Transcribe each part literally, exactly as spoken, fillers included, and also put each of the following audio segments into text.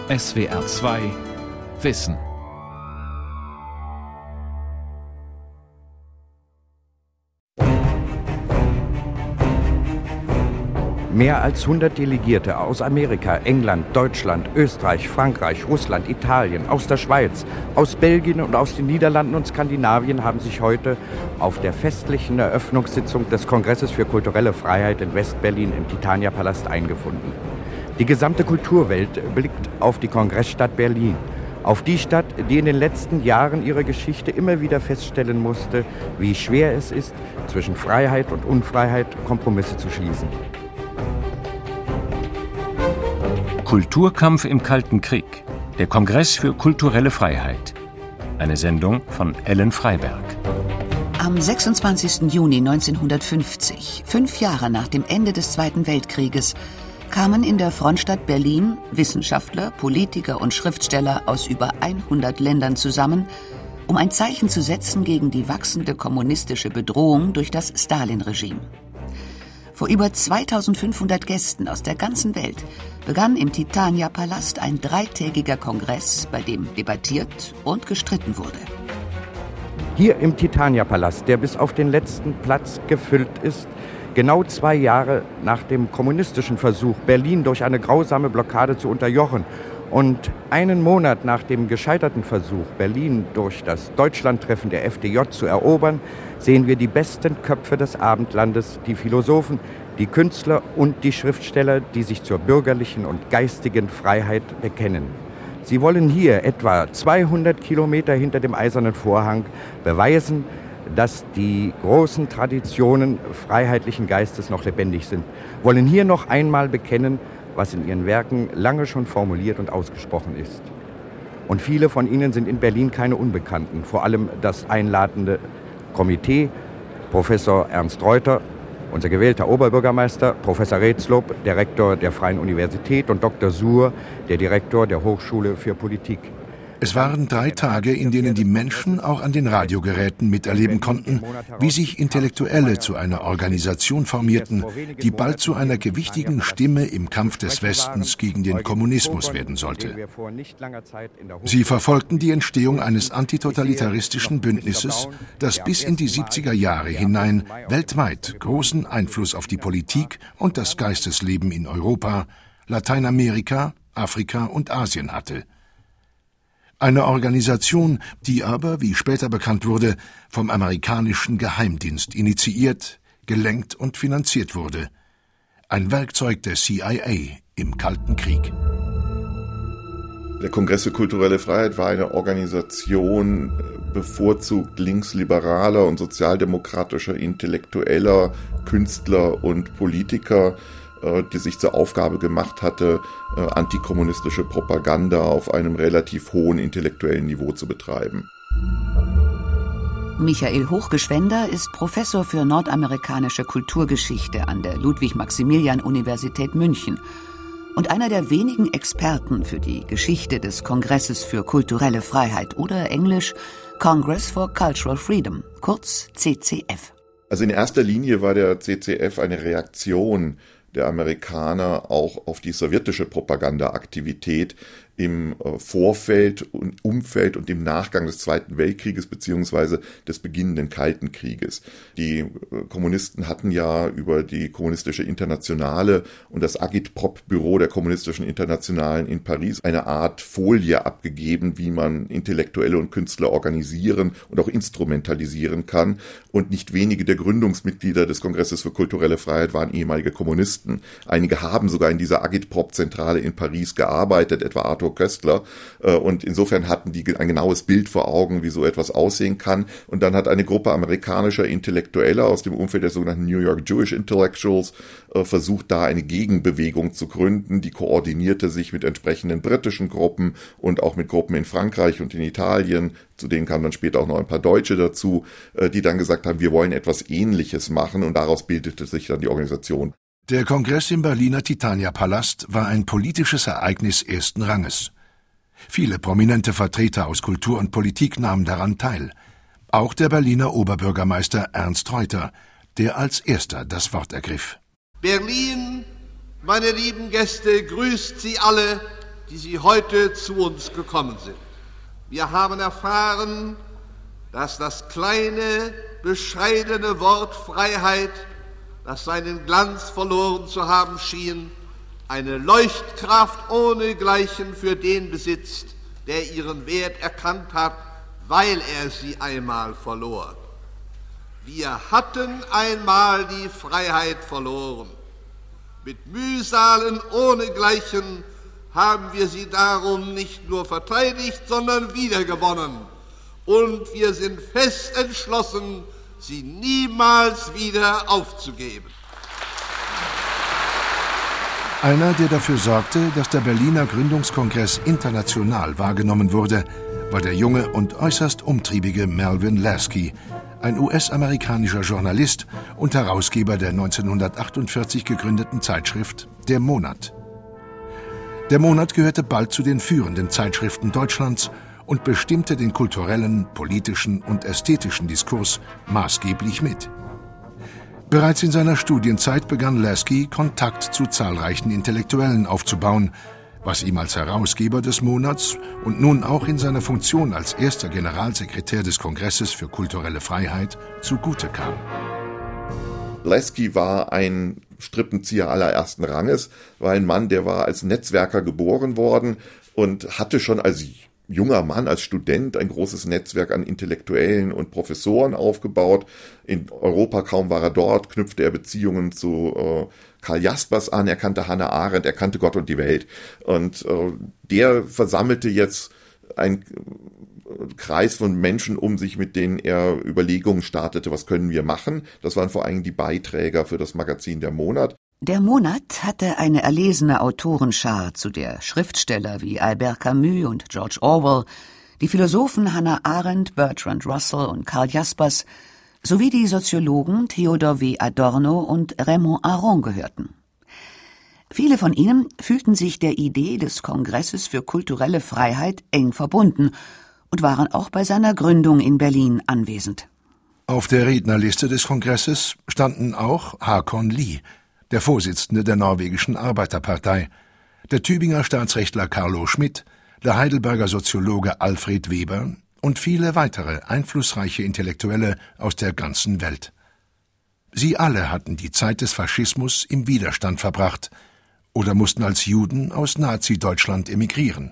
S W R zwei Wissen. Mehr als hundert Delegierte aus Amerika, England, Deutschland, Österreich, Frankreich, Russland, Italien, aus der Schweiz, aus Belgien und aus den Niederlanden und Skandinavien haben sich heute auf der festlichen Eröffnungssitzung des Kongresses für kulturelle Freiheit in West-Berlin im Titania-Palast eingefunden. Die gesamte Kulturwelt blickt auf die Kongressstadt Berlin, auf die Stadt, die in den letzten Jahren ihrer Geschichte immer wieder feststellen musste, wie schwer es ist, zwischen Freiheit und Unfreiheit Kompromisse zu schließen. Kulturkampf im Kalten Krieg. Der Kongress für kulturelle Freiheit. Eine Sendung von Ellen Freiberg. Am sechsundzwanzigsten Juni neunzehnhundertfünfzig, fünf Jahre nach dem Ende des Zweiten Weltkrieges, kamen in der Frontstadt Berlin Wissenschaftler, Politiker und Schriftsteller aus über hundert Ländern zusammen, um ein Zeichen zu setzen gegen die wachsende kommunistische Bedrohung durch das Stalin-Regime. Vor über zweitausendfünfhundert Gästen aus der ganzen Welt begann im Titania-Palast ein dreitägiger Kongress, bei dem debattiert und gestritten wurde. Hier im Titania-Palast, der bis auf den letzten Platz gefüllt ist, genau zwei Jahre nach dem kommunistischen Versuch, Berlin durch eine grausame Blockade zu unterjochen und einen Monat nach dem gescheiterten Versuch, Berlin durch das Deutschlandtreffen der F D J zu erobern, sehen wir die besten Köpfe des Abendlandes, die Philosophen, die Künstler und die Schriftsteller, die sich zur bürgerlichen und geistigen Freiheit bekennen. Sie wollen hier, etwa zweihundert Kilometer hinter dem Eisernen Vorhang, beweisen, dass die großen Traditionen freiheitlichen Geistes noch lebendig sind, wollen hier noch einmal bekennen, was in ihren Werken lange schon formuliert und ausgesprochen ist. Und viele von ihnen sind in Berlin keine Unbekannten, vor allem das einladende Komitee, Professor Ernst Reuter, unser gewählter Oberbürgermeister, Professor Redslob, der Rektor der Freien Universität und Doktor Suhr, der Direktor der Hochschule für Politik. Es waren drei Tage, in denen die Menschen auch an den Radiogeräten miterleben konnten, wie sich Intellektuelle zu einer Organisation formierten, die bald zu einer gewichtigen Stimme im Kampf des Westens gegen den Kommunismus werden sollte. Sie verfolgten die Entstehung eines antitotalitaristischen Bündnisses, das bis in die siebziger Jahre hinein weltweit großen Einfluss auf die Politik und das Geistesleben in Europa, Lateinamerika, Afrika und Asien hatte. Eine Organisation, die aber, wie später bekannt wurde, vom amerikanischen Geheimdienst initiiert, gelenkt und finanziert wurde. Ein Werkzeug der C I A im Kalten Krieg. Der Kongress für kulturelle Freiheit war eine Organisation bevorzugt linksliberaler und sozialdemokratischer Intellektueller, Künstler und Politiker, die sich zur Aufgabe gemacht hatte, antikommunistische Propaganda auf einem relativ hohen intellektuellen Niveau zu betreiben. Michael Hochgeschwender ist Professor für nordamerikanische Kulturgeschichte an der Ludwig-Maximilian-Universität München und einer der wenigen Experten für die Geschichte des Kongresses für kulturelle Freiheit oder englisch Congress for Cultural Freedom, kurz C C F. Also in erster Linie war der C C F eine Reaktion der Amerikaner auch auf die sowjetische Propagandaaktivität im Vorfeld und Umfeld und im Nachgang des Zweiten Weltkrieges beziehungsweise des beginnenden Kalten Krieges. Die Kommunisten hatten ja über die Kommunistische Internationale und das Agitprop-Büro der Kommunistischen Internationalen in Paris eine Art Folie abgegeben, wie man Intellektuelle und Künstler organisieren und auch instrumentalisieren kann. Und nicht wenige der Gründungsmitglieder des Kongresses für kulturelle Freiheit waren ehemalige Kommunisten. Einige haben sogar in dieser Agitprop-Zentrale in Paris gearbeitet, etwa Arthur Köstler, und insofern hatten die ein genaues Bild vor Augen, wie so etwas aussehen kann. Und dann hat eine Gruppe amerikanischer Intellektueller aus dem Umfeld der sogenannten New York Jewish Intellectuals versucht, da eine Gegenbewegung zu gründen. Die koordinierte sich mit entsprechenden britischen Gruppen und auch mit Gruppen in Frankreich und in Italien. Zu denen kamen dann später auch noch ein paar Deutsche dazu, die dann gesagt haben, wir wollen etwas Ähnliches machen, und daraus bildete sich dann die Organisation. Der Kongress im Berliner Titania-Palast war ein politisches Ereignis ersten Ranges. Viele prominente Vertreter aus Kultur und Politik nahmen daran teil. Auch der Berliner Oberbürgermeister Ernst Reuter, der als erster das Wort ergriff. Berlin, meine lieben Gäste, grüßt Sie alle die Sie heute zu uns gekommen sind. Wir haben erfahren, dass das kleine, bescheidene Wort Freiheit, das seinen Glanz verloren zu haben schien, eine Leuchtkraft ohnegleichen für den besitzt, der ihren Wert erkannt hat, weil er sie einmal verlor. Wir hatten einmal die Freiheit verloren. Mit Mühsalen ohnegleichen haben wir sie darum nicht nur verteidigt, sondern wiedergewonnen. Und wir sind fest entschlossen, sie niemals wieder aufzugeben. Einer, der dafür sorgte, dass der Berliner Gründungskongress international wahrgenommen wurde, war der junge und äußerst umtriebige Melvin Lasky, ein U S-amerikanischer Journalist und Herausgeber der neunzehnhundertachtundvierzig gegründeten Zeitschrift Der Monat. Der Monat gehörte bald zu den führenden Zeitschriften Deutschlands und bestimmte den kulturellen, politischen und ästhetischen Diskurs maßgeblich mit. Bereits in seiner Studienzeit begann Lasky, Kontakt zu zahlreichen Intellektuellen aufzubauen, was ihm als Herausgeber des Monats und nun auch in seiner Funktion als erster Generalsekretär des Kongresses für kulturelle Freiheit zugute kam. Lasky war ein Strippenzieher allerersten Ranges, war ein Mann, der war als Netzwerker geboren worden und hatte schon als junger Mann, als Student ein großes Netzwerk an Intellektuellen und Professoren aufgebaut. In Europa, kaum war er dort, knüpfte er Beziehungen zu äh, Karl Jaspers an, er kannte Hannah Arendt, er kannte Gott und die Welt. Und äh, der versammelte jetzt einen Kreis von Menschen um sich, mit denen er Überlegungen startete, was können wir machen. Das waren vor allem die Beiträger für das Magazin Der Monat. Der Monat hatte eine erlesene Autorenschar, zu der Schriftsteller wie Albert Camus und George Orwell, die Philosophen Hannah Arendt, Bertrand Russell und Karl Jaspers sowie die Soziologen Theodor W. Adorno und Raymond Aron gehörten. Viele von ihnen fühlten sich der Idee des Kongresses für kulturelle Freiheit eng verbunden und waren auch bei seiner Gründung in Berlin anwesend. Auf der Rednerliste des Kongresses standen auch Hakon Lie, der Vorsitzende der norwegischen Arbeiterpartei, der Tübinger Staatsrechtler Carlo Schmitt, der Heidelberger Soziologe Alfred Weber und viele weitere einflussreiche Intellektuelle aus der ganzen Welt. Sie alle hatten die Zeit des Faschismus im Widerstand verbracht oder mussten als Juden aus Nazi-Deutschland emigrieren.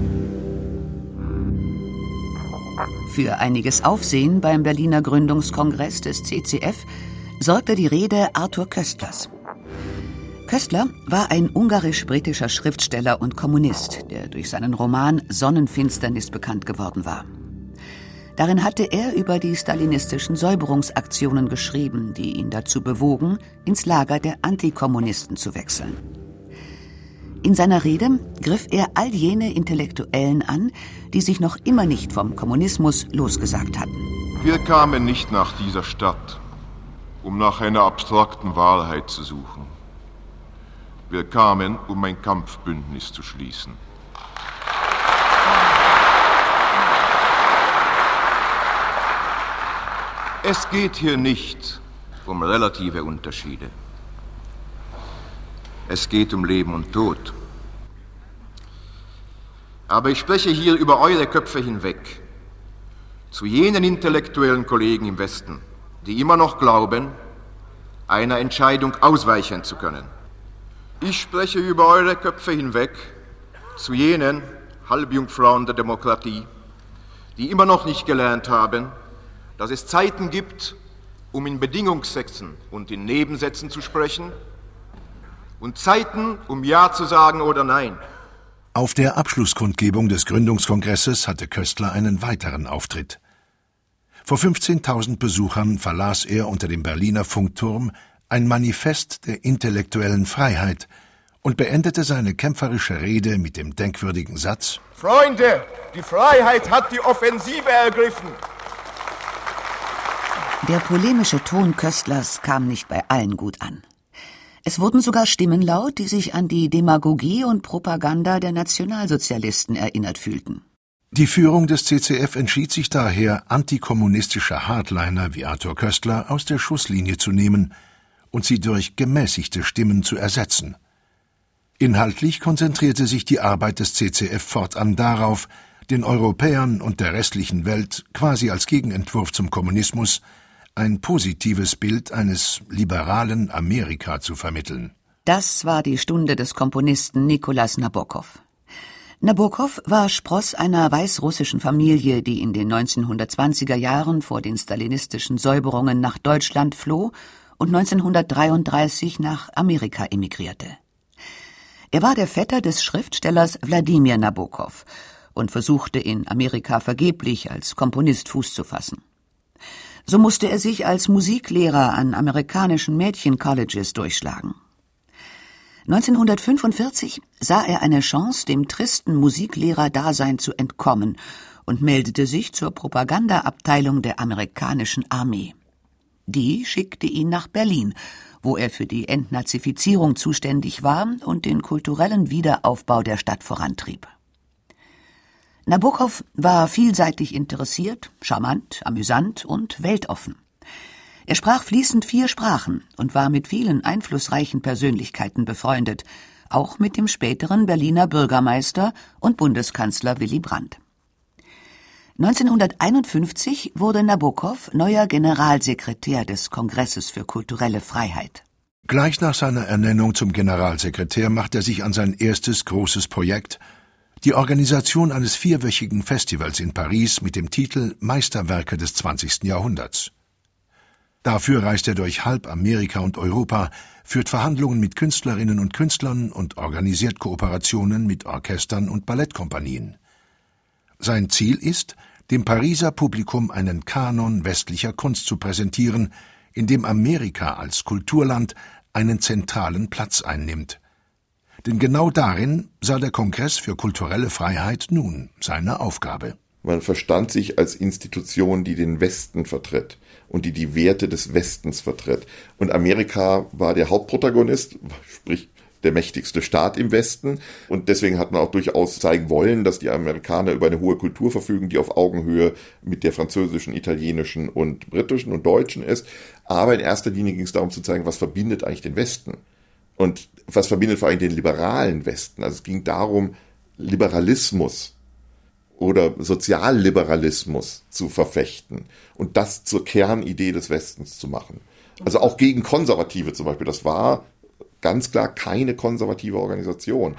Für einiges Aufsehen beim Berliner Gründungskongress des C C F sorgte die Rede Arthur Koestlers. Koestler war ein ungarisch-britischer Schriftsteller und Kommunist, der durch seinen Roman Sonnenfinsternis bekannt geworden war. Darin hatte er über die stalinistischen Säuberungsaktionen geschrieben, die ihn dazu bewogen, ins Lager der Antikommunisten zu wechseln. In seiner Rede griff er all jene Intellektuellen an, die sich noch immer nicht vom Kommunismus losgesagt hatten. Wir kamen nicht nach dieser Stadt, um nach einer abstrakten Wahrheit zu suchen. Wir kamen, um ein Kampfbündnis zu schließen. Es geht hier nicht um relative Unterschiede. Es geht um Leben und Tod. Aber ich spreche hier über eure Köpfe hinweg, zu jenen intellektuellen Kollegen im Westen, die immer noch glauben, einer Entscheidung ausweichen zu können. Ich spreche über eure Köpfe hinweg zu jenen Halbjungfrauen der Demokratie, die immer noch nicht gelernt haben, dass es Zeiten gibt, um in Bedingungssätzen und in Nebensätzen zu sprechen und Zeiten, um Ja zu sagen oder Nein. Auf der Abschlusskundgebung des Gründungskongresses hatte Koestler einen weiteren Auftritt. Vor fünfzehntausend Besuchern verlas er unter dem Berliner Funkturm ein Manifest der intellektuellen Freiheit und beendete seine kämpferische Rede mit dem denkwürdigen Satz: Freunde, die Freiheit hat die Offensive ergriffen. Der polemische Ton Koestlers kam nicht bei allen gut an. Es wurden sogar Stimmen laut, die sich an die Demagogie und Propaganda der Nationalsozialisten erinnert fühlten. Die Führung des C C F entschied sich daher, antikommunistische Hardliner wie Arthur Koestler aus der Schusslinie zu nehmen und sie durch gemäßigte Stimmen zu ersetzen. Inhaltlich konzentrierte sich die Arbeit des C C F fortan darauf, den Europäern und der restlichen Welt quasi als Gegenentwurf zum Kommunismus ein positives Bild eines liberalen Amerika zu vermitteln. Das war die Stunde des Komponisten Nikolas Nabokow. Nabokow war Spross einer weißrussischen Familie, die in den neunzehnhundertzwanziger Jahren vor den stalinistischen Säuberungen nach Deutschland floh und neunzehnhundertdreiunddreißig nach Amerika emigrierte. Er war der Vetter des Schriftstellers Wladimir Nabokow und versuchte in Amerika vergeblich als Komponist Fuß zu fassen. So musste er sich als Musiklehrer an amerikanischen Mädchencolleges durchschlagen. neunzehnhundertfünfundvierzig sah er eine Chance, dem tristen Musiklehrer-Dasein zu entkommen und meldete sich zur Propagandaabteilung der amerikanischen Armee. Die schickte ihn nach Berlin, wo er für die Entnazifizierung zuständig war und den kulturellen Wiederaufbau der Stadt vorantrieb. Nabokow war vielseitig interessiert, charmant, amüsant und weltoffen. Er sprach fließend vier Sprachen und war mit vielen einflussreichen Persönlichkeiten befreundet, auch mit dem späteren Berliner Bürgermeister und Bundeskanzler Willy Brandt. neunzehnhunderteinundfünfzig wurde Nabokow neuer Generalsekretär des Kongresses für kulturelle Freiheit. Gleich nach seiner Ernennung zum Generalsekretär macht er sich an sein erstes großes Projekt, die Organisation eines vierwöchigen Festivals in Paris mit dem Titel Meisterwerke des zwanzigsten Jahrhunderts. Dafür reist er durch halb Amerika und Europa, führt Verhandlungen mit Künstlerinnen und Künstlern und organisiert Kooperationen mit Orchestern und Ballettkompanien. Sein Ziel ist, dem Pariser Publikum einen Kanon westlicher Kunst zu präsentieren, in dem Amerika als Kulturland einen zentralen Platz einnimmt. Denn genau darin sah der Kongress für kulturelle Freiheit nun seine Aufgabe. Man verstand sich als Institution, die den Westen vertritt und die die Werte des Westens vertritt. Und Amerika war der Hauptprotagonist, sprich der mächtigste Staat im Westen. Und deswegen hat man auch durchaus zeigen wollen, dass die Amerikaner über eine hohe Kultur verfügen, die auf Augenhöhe mit der französischen, italienischen und britischen und deutschen ist. Aber in erster Linie ging es darum zu zeigen, was verbindet eigentlich den Westen. Und was verbindet vor allem den liberalen Westen? Also es ging darum, Liberalismus oder Sozialliberalismus zu verfechten und das zur Kernidee des Westens zu machen. Also auch gegen Konservative zum Beispiel. Das war ganz klar keine konservative Organisation.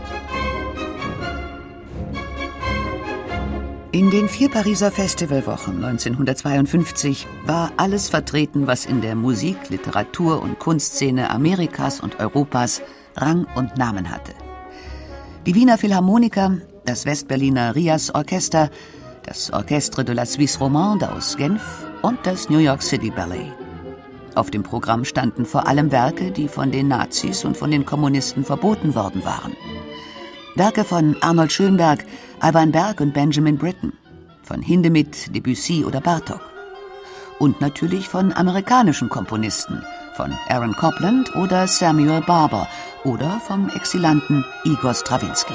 In den vier Pariser Festivalwochen neunzehnhundertzweiundfünfzig war alles vertreten, was in der Musik-, Literatur- und Kunstszene Amerikas und Europas Rang und Namen hatte. Die Wiener Philharmoniker, das Westberliner Rias Orchester, das Orchestre de la Suisse Romande aus Genf und das New York City Ballet. Auf dem Programm standen vor allem Werke, die von den Nazis und von den Kommunisten verboten worden waren. Werke von Arnold Schönberg, Alban Berg und Benjamin Britten, von Hindemith, Debussy oder Bartók. Und natürlich von amerikanischen Komponisten, von Aaron Copland oder Samuel Barber oder vom Exilanten Igor Strawinsky.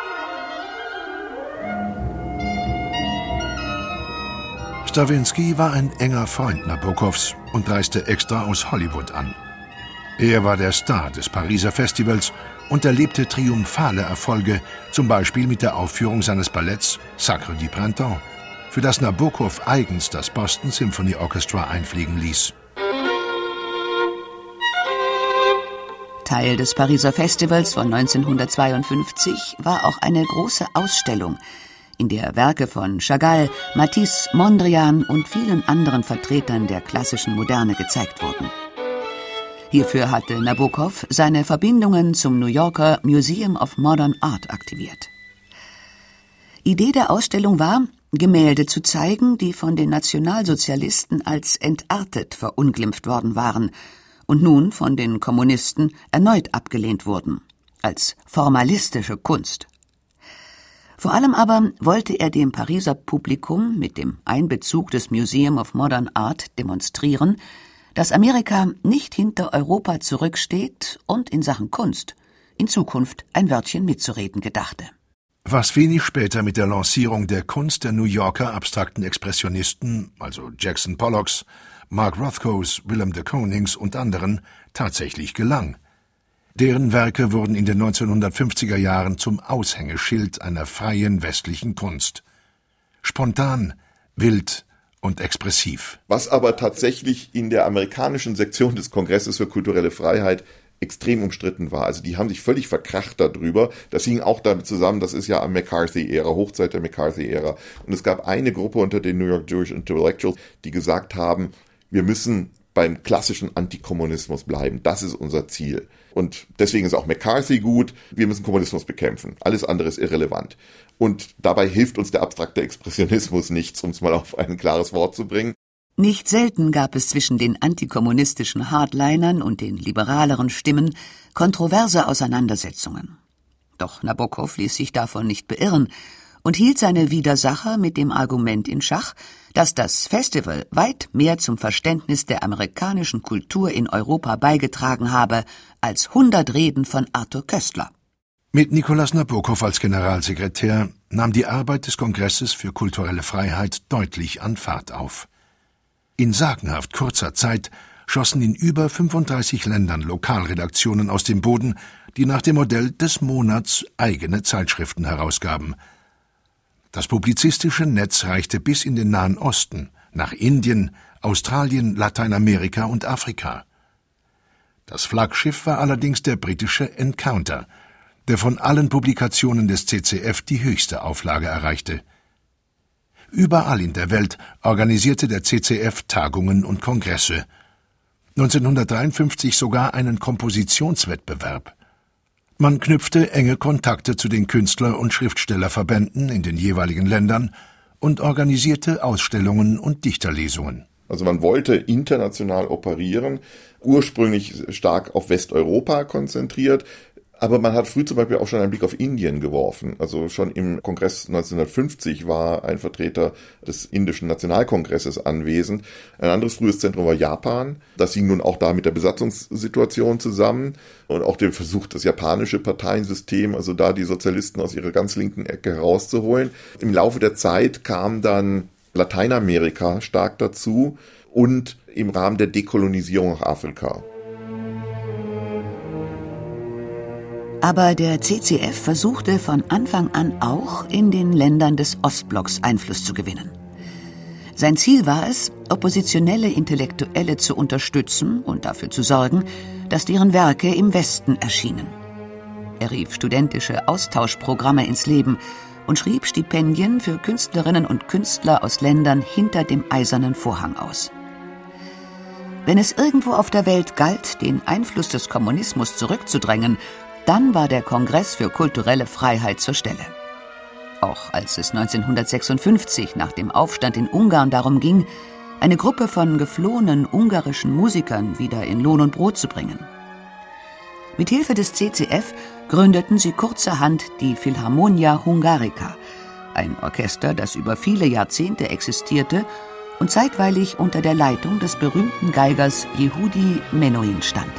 Strawinsky war ein enger Freund Nabokows und reiste extra aus Hollywood an. Er war der Star des Pariser Festivals und erlebte triumphale Erfolge, zum Beispiel mit der Aufführung seines Balletts Sacre du Printemps, für das Nabokow eigens das Boston Symphony Orchestra einfliegen ließ. Teil des Pariser Festivals von neunzehnhundertzweiundfünfzig war auch eine große Ausstellung, in der Werke von Chagall, Matisse, Mondrian und vielen anderen Vertretern der klassischen Moderne gezeigt wurden. Hierfür hatte Nabokow seine Verbindungen zum New Yorker Museum of Modern Art aktiviert. Idee der Ausstellung war, Gemälde zu zeigen, die von den Nationalsozialisten als entartet verunglimpft worden waren und nun von den Kommunisten erneut abgelehnt wurden, als formalistische Kunst. Vor allem aber wollte er dem Pariser Publikum mit dem Einbezug des Museum of Modern Art demonstrieren, dass Amerika nicht hinter Europa zurücksteht und in Sachen Kunst in Zukunft ein Wörtchen mitzureden gedachte. Was wenig später mit der Lancierung der Kunst der New Yorker abstrakten Expressionisten, also Jackson Pollocks, Mark Rothkos, Willem de Koonings und anderen, tatsächlich gelang. Deren Werke wurden in den neunzehnhundertfünfziger Jahren zum Aushängeschild einer freien westlichen Kunst. Spontan, wild und expressiv. Was aber tatsächlich in der amerikanischen Sektion des Kongresses für kulturelle Freiheit extrem umstritten war. Also die haben sich völlig verkracht darüber. Das hing auch damit zusammen, das ist ja am McCarthy-Ära, Hochzeit der McCarthy-Ära. Und es gab eine Gruppe unter den New York Jewish Intellectuals, die gesagt haben, wir müssen beim klassischen Antikommunismus bleiben. Das ist unser Ziel. Und deswegen ist auch McCarthy gut. Wir müssen Kommunismus bekämpfen. Alles andere ist irrelevant. Und dabei hilft uns der abstrakte Expressionismus nichts, um es mal auf ein klares Wort zu bringen. Nicht selten gab es zwischen den antikommunistischen Hardlinern und den liberaleren Stimmen kontroverse Auseinandersetzungen. Doch Nabokov ließ sich davon nicht beirren und hielt seine Widersacher mit dem Argument in Schach, dass das Festival weit mehr zum Verständnis der amerikanischen Kultur in Europa beigetragen habe als hundert Reden von Arthur Koestler. Mit Nikolaus Nabokov als Generalsekretär nahm die Arbeit des Kongresses für kulturelle Freiheit deutlich an Fahrt auf. In sagenhaft kurzer Zeit schossen in über fünfunddreißig Ländern Lokalredaktionen aus dem Boden, die nach dem Modell des Monats eigene Zeitschriften herausgaben. Das publizistische Netz reichte bis in den Nahen Osten, nach Indien, Australien, Lateinamerika und Afrika. Das Flaggschiff war allerdings der britische Encounter, der von allen Publikationen des C C F die höchste Auflage erreichte. Überall in der Welt organisierte der C C F Tagungen und Kongresse. neunzehnhundertdreiundfünfzig sogar einen Kompositionswettbewerb. Man knüpfte enge Kontakte zu den Künstler- und Schriftstellerverbänden in den jeweiligen Ländern und organisierte Ausstellungen und Dichterlesungen. Also man wollte international operieren, ursprünglich stark auf Westeuropa konzentriert, aber man hat früh zum Beispiel auch schon einen Blick auf Indien geworfen. Also schon im Kongress neunzehnhundertfünfzig war ein Vertreter des indischen Nationalkongresses anwesend. Ein anderes frühes Zentrum war Japan. Das hing nun auch da mit der Besatzungssituation zusammen und auch der Versuch, das japanische Parteiensystem, also da die Sozialisten aus ihrer ganz linken Ecke herauszuholen. Im Laufe der Zeit kam dann Lateinamerika stark dazu und im Rahmen der Dekolonisierung auch Afrika. Aber der C C F versuchte von Anfang an auch in den Ländern des Ostblocks Einfluss zu gewinnen. Sein Ziel war es, oppositionelle Intellektuelle zu unterstützen und dafür zu sorgen, dass deren Werke im Westen erschienen. Er rief studentische Austauschprogramme ins Leben und schrieb Stipendien für Künstlerinnen und Künstler aus Ländern hinter dem eisernen Vorhang aus. Wenn es irgendwo auf der Welt galt, den Einfluss des Kommunismus zurückzudrängen, dann war der Kongress für kulturelle Freiheit zur Stelle. Auch als es neunzehnhundertsechsundfünfzig nach dem Aufstand in Ungarn darum ging, eine Gruppe von geflohenen ungarischen Musikern wieder in Lohn und Brot zu bringen. Mit Hilfe des C C F gründeten sie kurzerhand die Philharmonia Hungarica, ein Orchester, das über viele Jahrzehnte existierte und zeitweilig unter der Leitung des berühmten Geigers Yehudi Menuhin stand.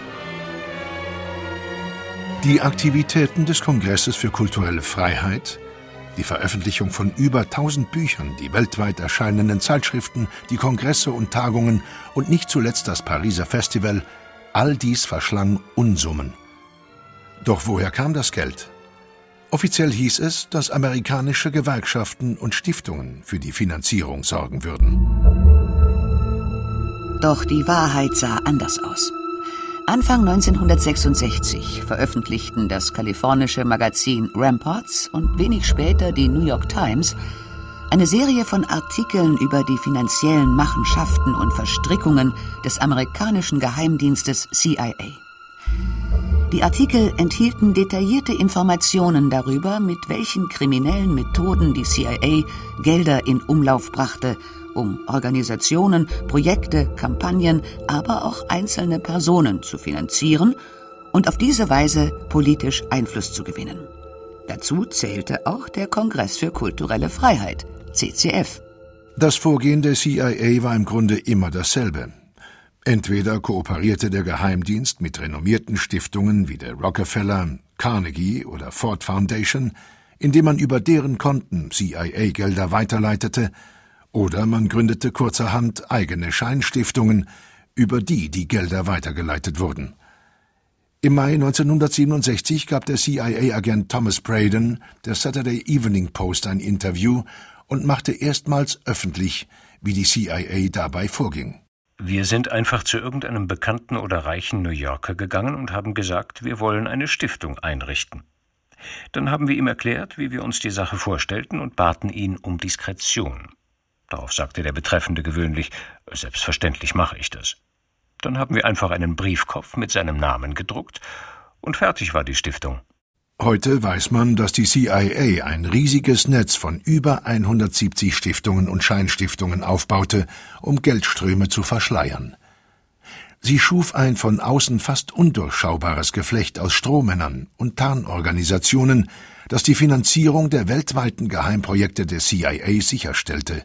Die Aktivitäten des Kongresses für kulturelle Freiheit, die Veröffentlichung von über tausend Büchern, die weltweit erscheinenden Zeitschriften, die Kongresse und Tagungen und nicht zuletzt das Pariser Festival, all dies verschlang Unsummen. Doch woher kam das Geld? Offiziell hieß es, dass amerikanische Gewerkschaften und Stiftungen für die Finanzierung sorgen würden. Doch die Wahrheit sah anders aus. Anfang neunzehnhundertsechsundsechzig veröffentlichten das kalifornische Magazin Ramparts und wenig später die New York Times eine Serie von Artikeln über die finanziellen Machenschaften und Verstrickungen des amerikanischen Geheimdienstes C I A. Die Artikel enthielten detaillierte Informationen darüber, mit welchen kriminellen Methoden die C I A Gelder in Umlauf brachte, um Organisationen, Projekte, Kampagnen, aber auch einzelne Personen zu finanzieren und auf diese Weise politisch Einfluss zu gewinnen. Dazu zählte auch der Kongress für kulturelle Freiheit, C C F. Das Vorgehen der C I A war im Grunde immer dasselbe. Entweder kooperierte der Geheimdienst mit renommierten Stiftungen wie der Rockefeller, Carnegie oder Ford Foundation, indem man über deren Konten C I A-Gelder weiterleitete, oder man gründete kurzerhand eigene Scheinstiftungen, über die die Gelder weitergeleitet wurden. Im Mai neunzehnhundertsiebenundsechzig gab der C I A-Agent Thomas Braden der Saturday Evening Post ein Interview und machte erstmals öffentlich, wie die C I A dabei vorging. Wir sind einfach zu irgendeinem bekannten oder reichen New Yorker gegangen und haben gesagt, wir wollen eine Stiftung einrichten. Dann haben wir ihm erklärt, wie wir uns die Sache vorstellten und baten ihn um Diskretion. Darauf sagte der Betreffende gewöhnlich, selbstverständlich mache ich das. Dann haben wir einfach einen Briefkopf mit seinem Namen gedruckt und fertig war die Stiftung. Heute weiß man, dass die C I A ein riesiges Netz von über hundertsiebzig Stiftungen und Scheinstiftungen aufbaute, um Geldströme zu verschleiern. Sie schuf ein von außen fast undurchschaubares Geflecht aus Strohmännern und Tarnorganisationen, das die Finanzierung der weltweiten Geheimprojekte der C I A sicherstellte.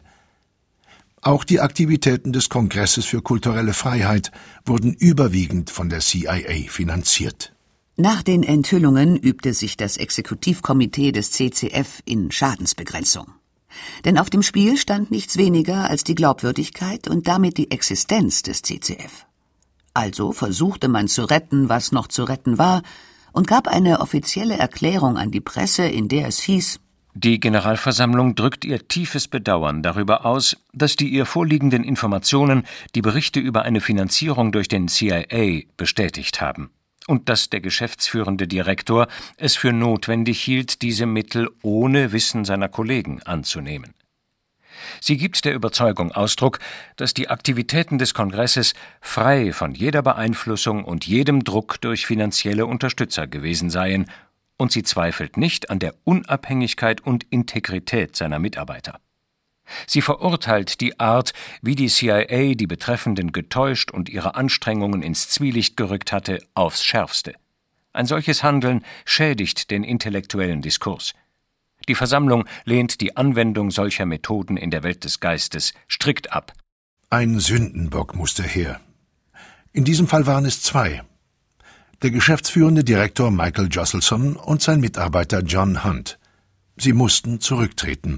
Auch die Aktivitäten des Kongresses für kulturelle Freiheit wurden überwiegend von der C I A finanziert. Nach den Enthüllungen übte sich das Exekutivkomitee des C C F in Schadensbegrenzung. Denn auf dem Spiel stand nichts weniger als die Glaubwürdigkeit und damit die Existenz des C C F. Also versuchte man zu retten, was noch zu retten war, und gab eine offizielle Erklärung an die Presse, in der es hieß: Die Generalversammlung drückt ihr tiefes Bedauern darüber aus, dass die ihr vorliegenden Informationen die Berichte über eine Finanzierung durch den C I A bestätigt haben und dass der geschäftsführende Direktor es für notwendig hielt, diese Mittel ohne Wissen seiner Kollegen anzunehmen. Sie gibt der Überzeugung Ausdruck, dass die Aktivitäten des Kongresses frei von jeder Beeinflussung und jedem Druck durch finanzielle Unterstützer gewesen seien, und sie zweifelt nicht an der Unabhängigkeit und Integrität seiner Mitarbeiter. Sie verurteilt die Art, wie die C I A die Betreffenden getäuscht und ihre Anstrengungen ins Zwielicht gerückt hatte, aufs Schärfste. Ein solches Handeln schädigt den intellektuellen Diskurs. Die Versammlung lehnt die Anwendung solcher Methoden in der Welt des Geistes strikt ab. Ein Sündenbock musste her. In diesem Fall waren es zwei. Der geschäftsführende Direktor Michael Josselson und sein Mitarbeiter John Hunt. Sie mussten zurücktreten.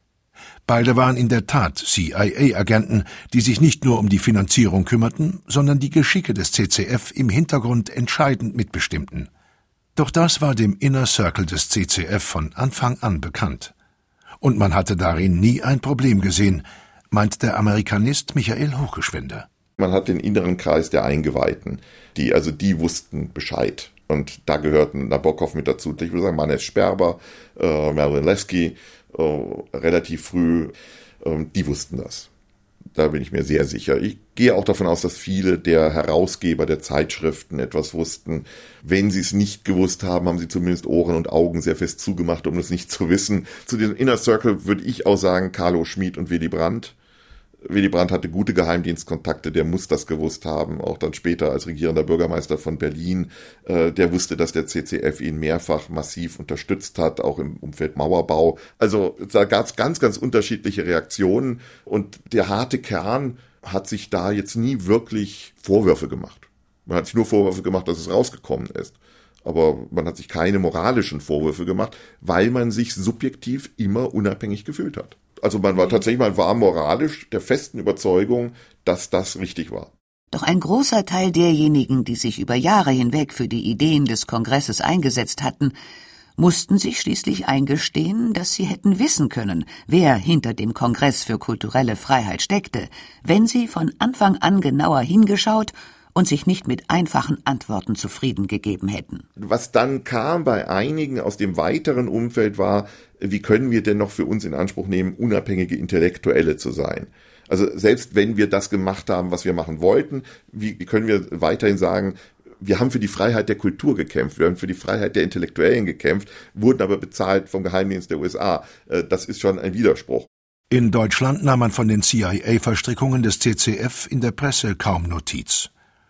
Beide waren in der Tat C I A-Agenten, die sich nicht nur um die Finanzierung kümmerten, sondern die Geschicke des C C F im Hintergrund entscheidend mitbestimmten. Doch das war dem Inner Circle des C C F von Anfang an bekannt. Und man hatte darin nie ein Problem gesehen, meint der Amerikanist Michael Hochgeschwender. Man hat den inneren Kreis der Eingeweihten, die also die wussten Bescheid. Und da gehörten Nabokov mit dazu. Ich würde sagen, Manes Sperber, äh, Marilyn Levski, äh, relativ früh, äh, die wussten das. Da bin ich mir sehr sicher. Ich gehe auch davon aus, dass viele der Herausgeber der Zeitschriften etwas wussten. Wenn sie es nicht gewusst haben, haben sie zumindest Ohren und Augen sehr fest zugemacht, um es nicht zu wissen. Zu diesem Inner Circle würde ich auch sagen, Carlo Schmid und Willy Brandt. Willy Brandt hatte gute Geheimdienstkontakte, der muss das gewusst haben, auch dann später als regierender Bürgermeister von Berlin. Äh, der wusste, dass der C C F ihn mehrfach massiv unterstützt hat, auch im Umfeld Mauerbau. Also da gab es ganz, ganz unterschiedliche Reaktionen und der harte Kern hat sich da jetzt nie wirklich Vorwürfe gemacht. Man hat sich nur Vorwürfe gemacht, dass es rausgekommen ist. Aber man hat sich keine moralischen Vorwürfe gemacht, weil man sich subjektiv immer unabhängig gefühlt hat. Also man war tatsächlich, man war moralisch der festen Überzeugung, dass das richtig war. Doch ein großer Teil derjenigen, die sich über Jahre hinweg für die Ideen des Kongresses eingesetzt hatten, mussten sich schließlich eingestehen, dass sie hätten wissen können, wer hinter dem Kongress für kulturelle Freiheit steckte, wenn sie von Anfang an genauer hingeschaut und sich nicht mit einfachen Antworten zufrieden gegeben hätten. Was dann kam bei einigen aus dem weiteren Umfeld war, wie können wir denn noch für uns in Anspruch nehmen, unabhängige Intellektuelle zu sein? Also selbst wenn wir das gemacht haben, was wir machen wollten, wie können wir weiterhin sagen, wir haben für die Freiheit der Kultur gekämpft, wir haben für die Freiheit der Intellektuellen gekämpft, wurden aber bezahlt vom Geheimdienst der U S A. Das ist schon ein Widerspruch. In Deutschland nahm man von den C I A-Verstrickungen des C C F in der Presse kaum Notiz.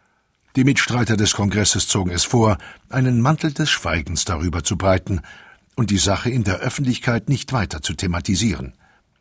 Die Mitstreiter des Kongresses zogen es vor, einen Mantel des Schweigens darüber zu breiten und die Sache in der Öffentlichkeit nicht weiter zu thematisieren.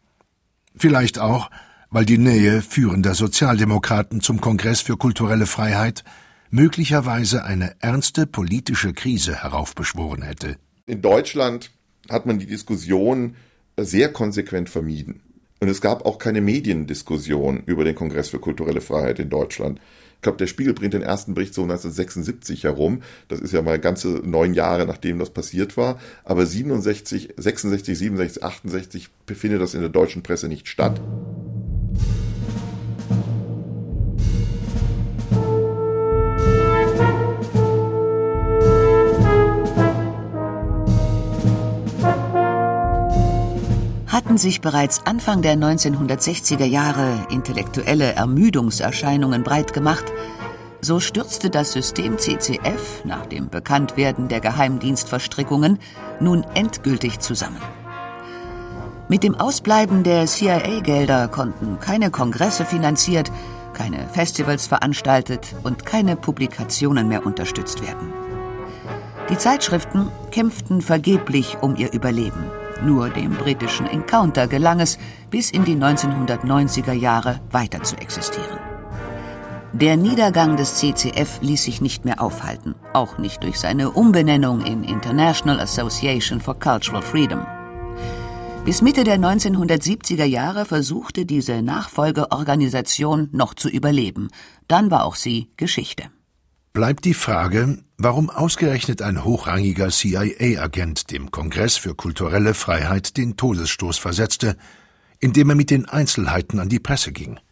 Vielleicht auch, weil die Nähe führender Sozialdemokraten zum Kongress für kulturelle Freiheit möglicherweise eine ernste politische Krise heraufbeschworen hätte. In Deutschland hat man die Diskussion sehr konsequent vermieden. Und es gab auch keine Mediendiskussion über den Kongress für kulturelle Freiheit in Deutschland. Ich glaube, der Spiegel bringt den ersten Bericht so neunzehnhundertsechsundsiebzig herum. Das ist ja mal ganze neun Jahre, nachdem das passiert war. Aber siebenundsechzig, sechsundsechzig, siebenundsechzig, achtundsechzig findet das in der deutschen Presse nicht statt. Hatten sich bereits Anfang der neunzehnhundertsechziger Jahre intellektuelle Ermüdungserscheinungen breit gemacht, so stürzte das System C C F nach dem Bekanntwerden der Geheimdienstverstrickungen nun endgültig zusammen. Mit dem Ausbleiben der C I A-Gelder konnten keine Kongresse finanziert, keine Festivals veranstaltet und keine Publikationen mehr unterstützt werden. Die Zeitschriften kämpften vergeblich um ihr Überleben. Nur dem britischen Encounter gelang es, bis in die neunzehnhundertneunziger Jahre weiter zu existieren. Der Niedergang des C C F ließ sich nicht mehr aufhalten, auch nicht durch seine Umbenennung in International Association for Cultural Freedom. Bis Mitte der neunzehnhundertsiebziger Jahre versuchte diese Nachfolgeorganisation noch zu überleben. Dann war auch sie Geschichte. Bleibt die Frage, warum ausgerechnet ein hochrangiger C I A-Agent dem Kongress für kulturelle Freiheit den Todesstoß versetzte, indem er mit den Einzelheiten an die Presse ging.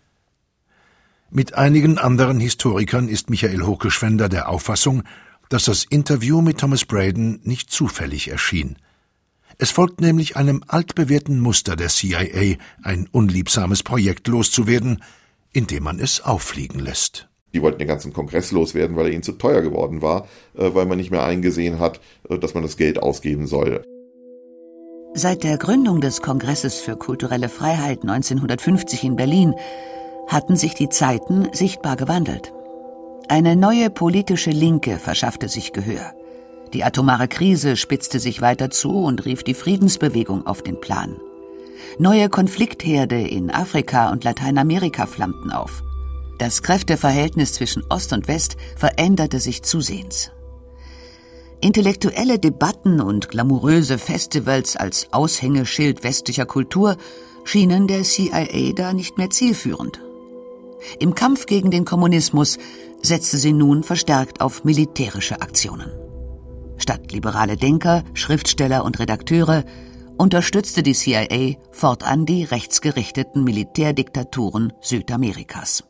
Mit einigen anderen Historikern ist Michael Hokeschwender der Auffassung, dass das Interview mit Thomas Braden nicht zufällig erschien. Es folgt nämlich einem altbewährten Muster der C I A, ein unliebsames Projekt loszuwerden, indem man es auffliegen lässt. Die wollten den ganzen Kongress loswerden, weil er ihnen zu teuer geworden war, weil man nicht mehr eingesehen hat, dass man das Geld ausgeben soll. Seit der Gründung des Kongresses für kulturelle Freiheit neunzehnhundertfünfzig in Berlin hatten sich die Zeiten sichtbar gewandelt. Eine neue politische Linke verschaffte sich Gehör. Die atomare Krise spitzte sich weiter zu und rief die Friedensbewegung auf den Plan. Neue Konfliktherde in Afrika und Lateinamerika flammten auf. Das Kräfteverhältnis zwischen Ost und West veränderte sich zusehends. Intellektuelle Debatten und glamouröse Festivals als Aushängeschild westlicher Kultur schienen der C I A da nicht mehr zielführend. Im Kampf gegen den Kommunismus setzte sie nun verstärkt auf militärische Aktionen. Statt liberale Denker, Schriftsteller und Redakteure unterstützte die C I A fortan die rechtsgerichteten Militärdiktaturen Südamerikas.